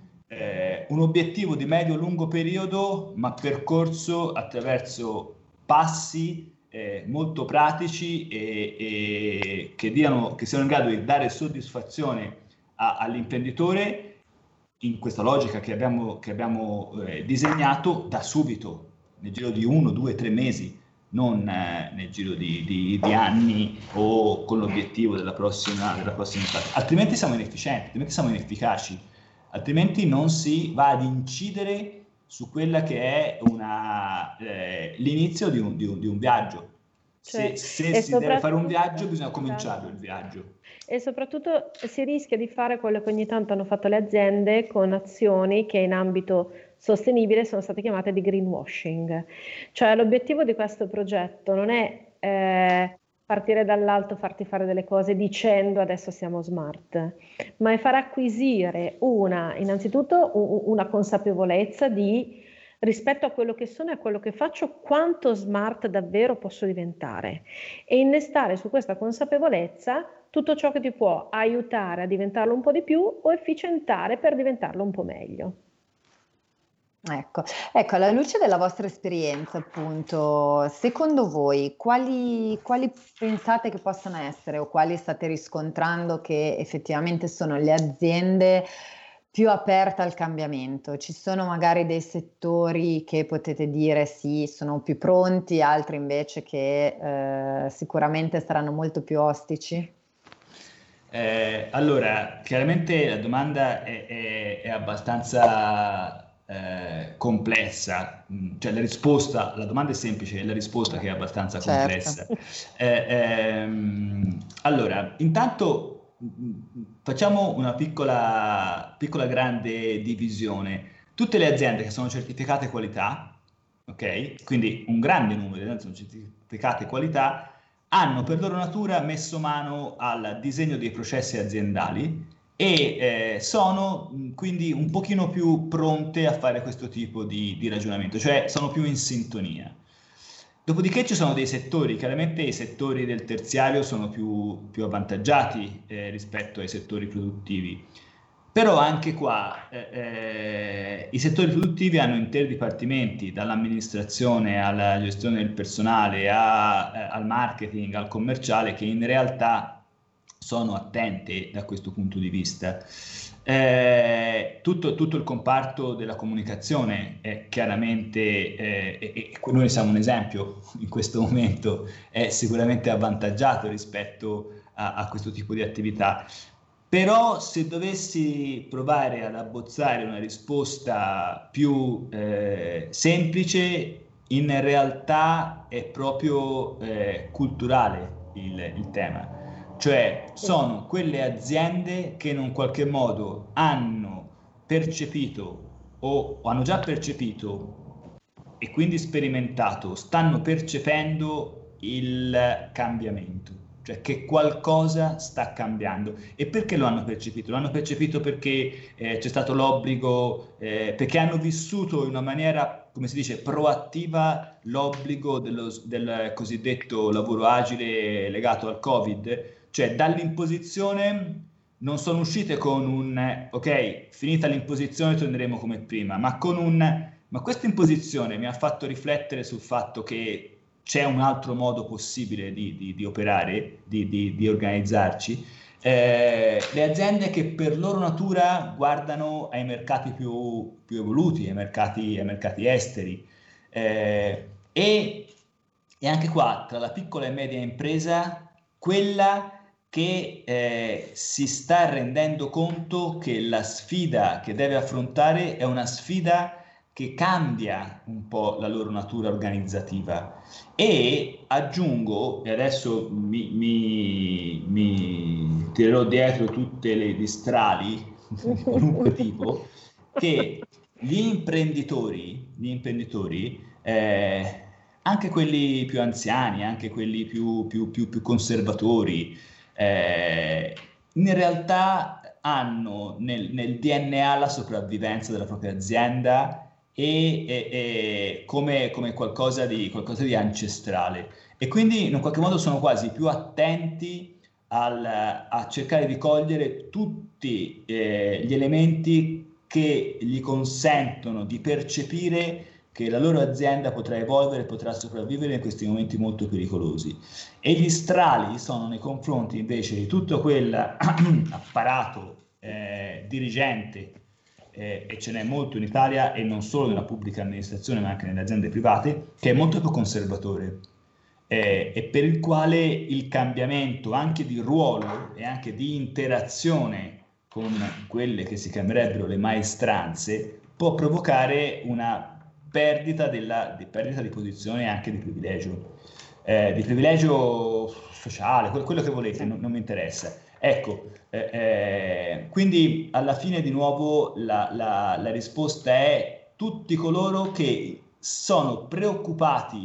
Eh, un obiettivo di medio-lungo periodo, ma percorso attraverso passi Eh, molto pratici e, e che, diano, che siano in grado di dare soddisfazione a, all'imprenditore in questa logica che abbiamo, che abbiamo eh, disegnato da subito, nel giro di uno, due, tre mesi, non eh, nel giro di, di, di anni o con l'obiettivo della prossima, della prossima fase. Altrimenti siamo inefficienti, altrimenti siamo inefficaci, altrimenti non si va ad incidere su quella che è una, eh, l'inizio di un, di, un, di un viaggio. Cioè, se se si deve fare un viaggio bisogna cominciare il viaggio. E soprattutto si rischia di fare quello che ogni tanto hanno fatto le aziende con azioni che in ambito sostenibile sono state chiamate di greenwashing. Cioè l'obiettivo di questo progetto non è eh, partire dall'alto, farti fare delle cose dicendo adesso siamo smart, ma è far acquisire una, innanzitutto una consapevolezza di rispetto a quello che sono e a quello che faccio, quanto smart davvero posso diventare, e innestare su questa consapevolezza tutto ciò che ti può aiutare a diventarlo un po' di più o efficientare per diventarlo un po' meglio. Ecco, ecco, alla luce della vostra esperienza, appunto, secondo voi quali, quali pensate che possano essere o quali state riscontrando che effettivamente sono le aziende più aperte al cambiamento? Ci sono magari dei settori che potete dire sì, sono più pronti, altri invece che eh, sicuramente saranno molto più ostici? Eh, allora, chiaramente la domanda è, è, è abbastanza Eh, complessa, cioè la risposta, la domanda è semplice, la risposta che è abbastanza complessa. Certo. Eh, ehm, allora, intanto facciamo una piccola, piccola grande divisione. Tutte le aziende che sono certificate qualità, ok? Quindi un grande numero di aziende sono certificate qualità, hanno per loro natura messo mano al disegno dei processi aziendali e eh, sono mh, quindi un pochino più pronte a fare questo tipo di, di ragionamento, cioè sono più in sintonia. Dopodiché ci sono dei settori, chiaramente i settori del terziario sono più, più avvantaggiati eh, rispetto ai settori produttivi, però anche qua eh, eh, i settori produttivi hanno interi dipartimenti, dall'amministrazione alla gestione del personale a, eh, al marketing, al commerciale, che in realtà sono attente da questo punto di vista. Eh, tutto, tutto il comparto della comunicazione è chiaramente, eh, e, e noi siamo un esempio in questo momento, è sicuramente avvantaggiato rispetto a, a questo tipo di attività. Però se dovessi provare ad abbozzare una risposta più eh, semplice, in realtà è proprio eh, culturale il, il tema. Cioè sono quelle aziende che in un qualche modo hanno percepito o, o hanno già percepito e quindi sperimentato, stanno percependo il cambiamento, cioè che qualcosa sta cambiando. E perché lo hanno percepito? Lo hanno percepito perché eh, c'è stato l'obbligo, eh, perché hanno vissuto in una maniera, come si dice, proattiva l'obbligo dello, del cosiddetto lavoro agile legato al Covid. Cioè dall'imposizione non sono uscite con un ok, finita l'imposizione torneremo come prima, ma con un ma questa imposizione mi ha fatto riflettere sul fatto che c'è un altro modo possibile di, di, di operare, di, di, di organizzarci. Eh, le aziende che per loro natura guardano ai mercati più, più evoluti, ai mercati, ai mercati esteri. Eh, e, e anche qua, tra la piccola e media impresa, quella che eh, si sta rendendo conto che la sfida che deve affrontare è una sfida che cambia un po' la loro natura organizzativa. E aggiungo, e adesso mi, mi, mi tirerò dietro tutte le distrali di qualunque tipo, che gli imprenditori, gli imprenditori eh, anche quelli più anziani, anche quelli più, più, più, più conservatori, Eh, in realtà hanno nel, nel D N A la sopravvivenza della propria azienda e, e, e come, come qualcosa di, qualcosa di ancestrale, e quindi in un qualche modo sono quasi più attenti al, a cercare di cogliere tutti eh, gli elementi che gli consentono di percepire che la loro azienda potrà evolvere, potrà sopravvivere in questi momenti molto pericolosi. E gli strali sono nei confronti invece di tutto quell'apparato eh, dirigente, eh, e ce n'è molto in Italia, e non solo nella pubblica amministrazione ma anche nelle aziende private, che è molto più conservatore, eh, e per il quale il cambiamento anche di ruolo e anche di interazione con quelle che si chiamerebbero le maestranze può provocare una perdita, della, di perdita di posizione e anche di privilegio, eh, di privilegio sociale, quello, quello che volete, non, non mi interessa. Ecco, eh, eh, quindi alla fine di nuovo la, la, la risposta è tutti coloro che sono preoccupati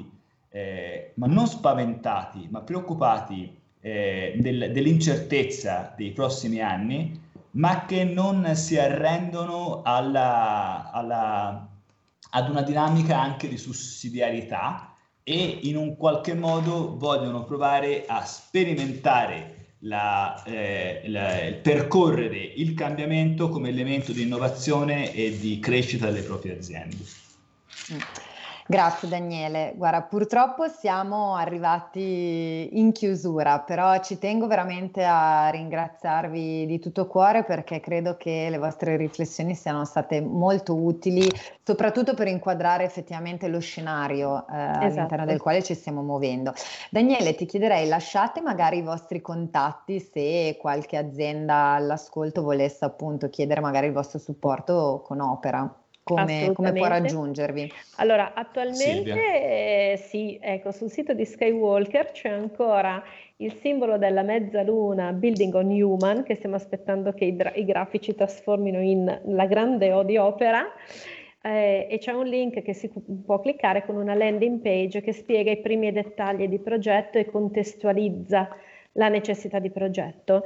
eh, ma non spaventati, ma preoccupati eh, del, dell'incertezza dei prossimi anni, ma che non si arrendono alla, alla, ad una dinamica anche di sussidiarietà e in un qualche modo vogliono provare a sperimentare la, eh, la, il percorrere il cambiamento come elemento di innovazione e di crescita delle proprie aziende. Mm. Grazie Daniele, guarda, purtroppo siamo arrivati in chiusura, però ci tengo veramente a ringraziarvi di tutto cuore perché credo che le vostre riflessioni siano state molto utili, soprattutto per inquadrare effettivamente lo scenario eh, esatto. all'interno del quale ci stiamo muovendo. Daniele, ti chiederei, lasciate magari i vostri contatti se qualche azienda all'ascolto volesse appunto chiedere magari il vostro supporto con Opera. Come, come può raggiungervi? Allora, attualmente eh, sì, ecco, sul sito di Skywalker c'è ancora il simbolo della mezzaluna Building on Human, che stiamo aspettando che i, dra- i grafici trasformino in la grande O di Opera, eh, e c'è un link che si può cliccare con una landing page che spiega i primi dettagli di progetto e contestualizza la necessità di progetto.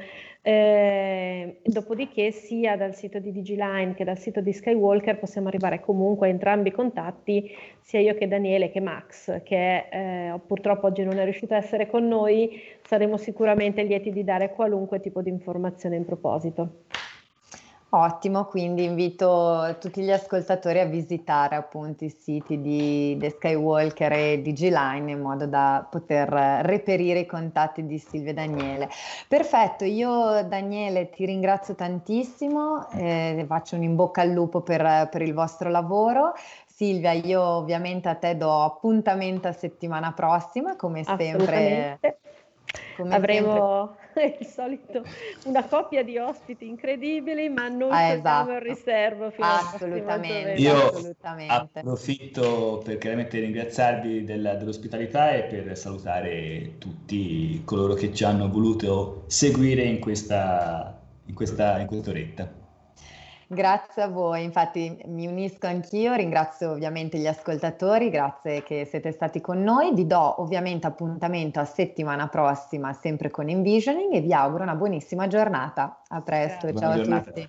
Eh, dopodiché sia dal sito di Digiline che dal sito di Skywalker possiamo arrivare comunque a entrambi i contatti, sia io che Daniele che Max, che eh, purtroppo oggi non è riuscito a essere con noi. Saremo sicuramente lieti di dare qualunque tipo di informazione in proposito. Ottimo, quindi invito tutti gli ascoltatori a visitare appunto i siti di The Skywalker e Digiline in modo da poter reperire i contatti di Silvia e Daniele. Perfetto, io Daniele ti ringrazio tantissimo, eh, faccio un in bocca al lupo per, per il vostro lavoro. Silvia, io ovviamente a te do appuntamento a settimana prossima, come sempre. Come avremo sempre. Il solito, una coppia di ospiti incredibili, ma non ah, togliamo esatto. il riservo fino assolutamente, al Io assolutamente. approfitto per chiaramente ringraziarvi della, dell'ospitalità e per salutare tutti coloro che ci hanno voluto seguire in questa, in questa, in quest'oretta. Grazie a voi, infatti mi unisco anch'io, ringrazio ovviamente gli ascoltatori, grazie che siete stati con noi, vi do ovviamente appuntamento a settimana prossima sempre con Envisioning e vi auguro una buonissima giornata. A presto, Buona ciao giornata. a tutti.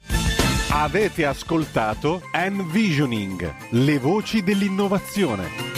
Avete ascoltato Envisioning, le voci dell'innovazione.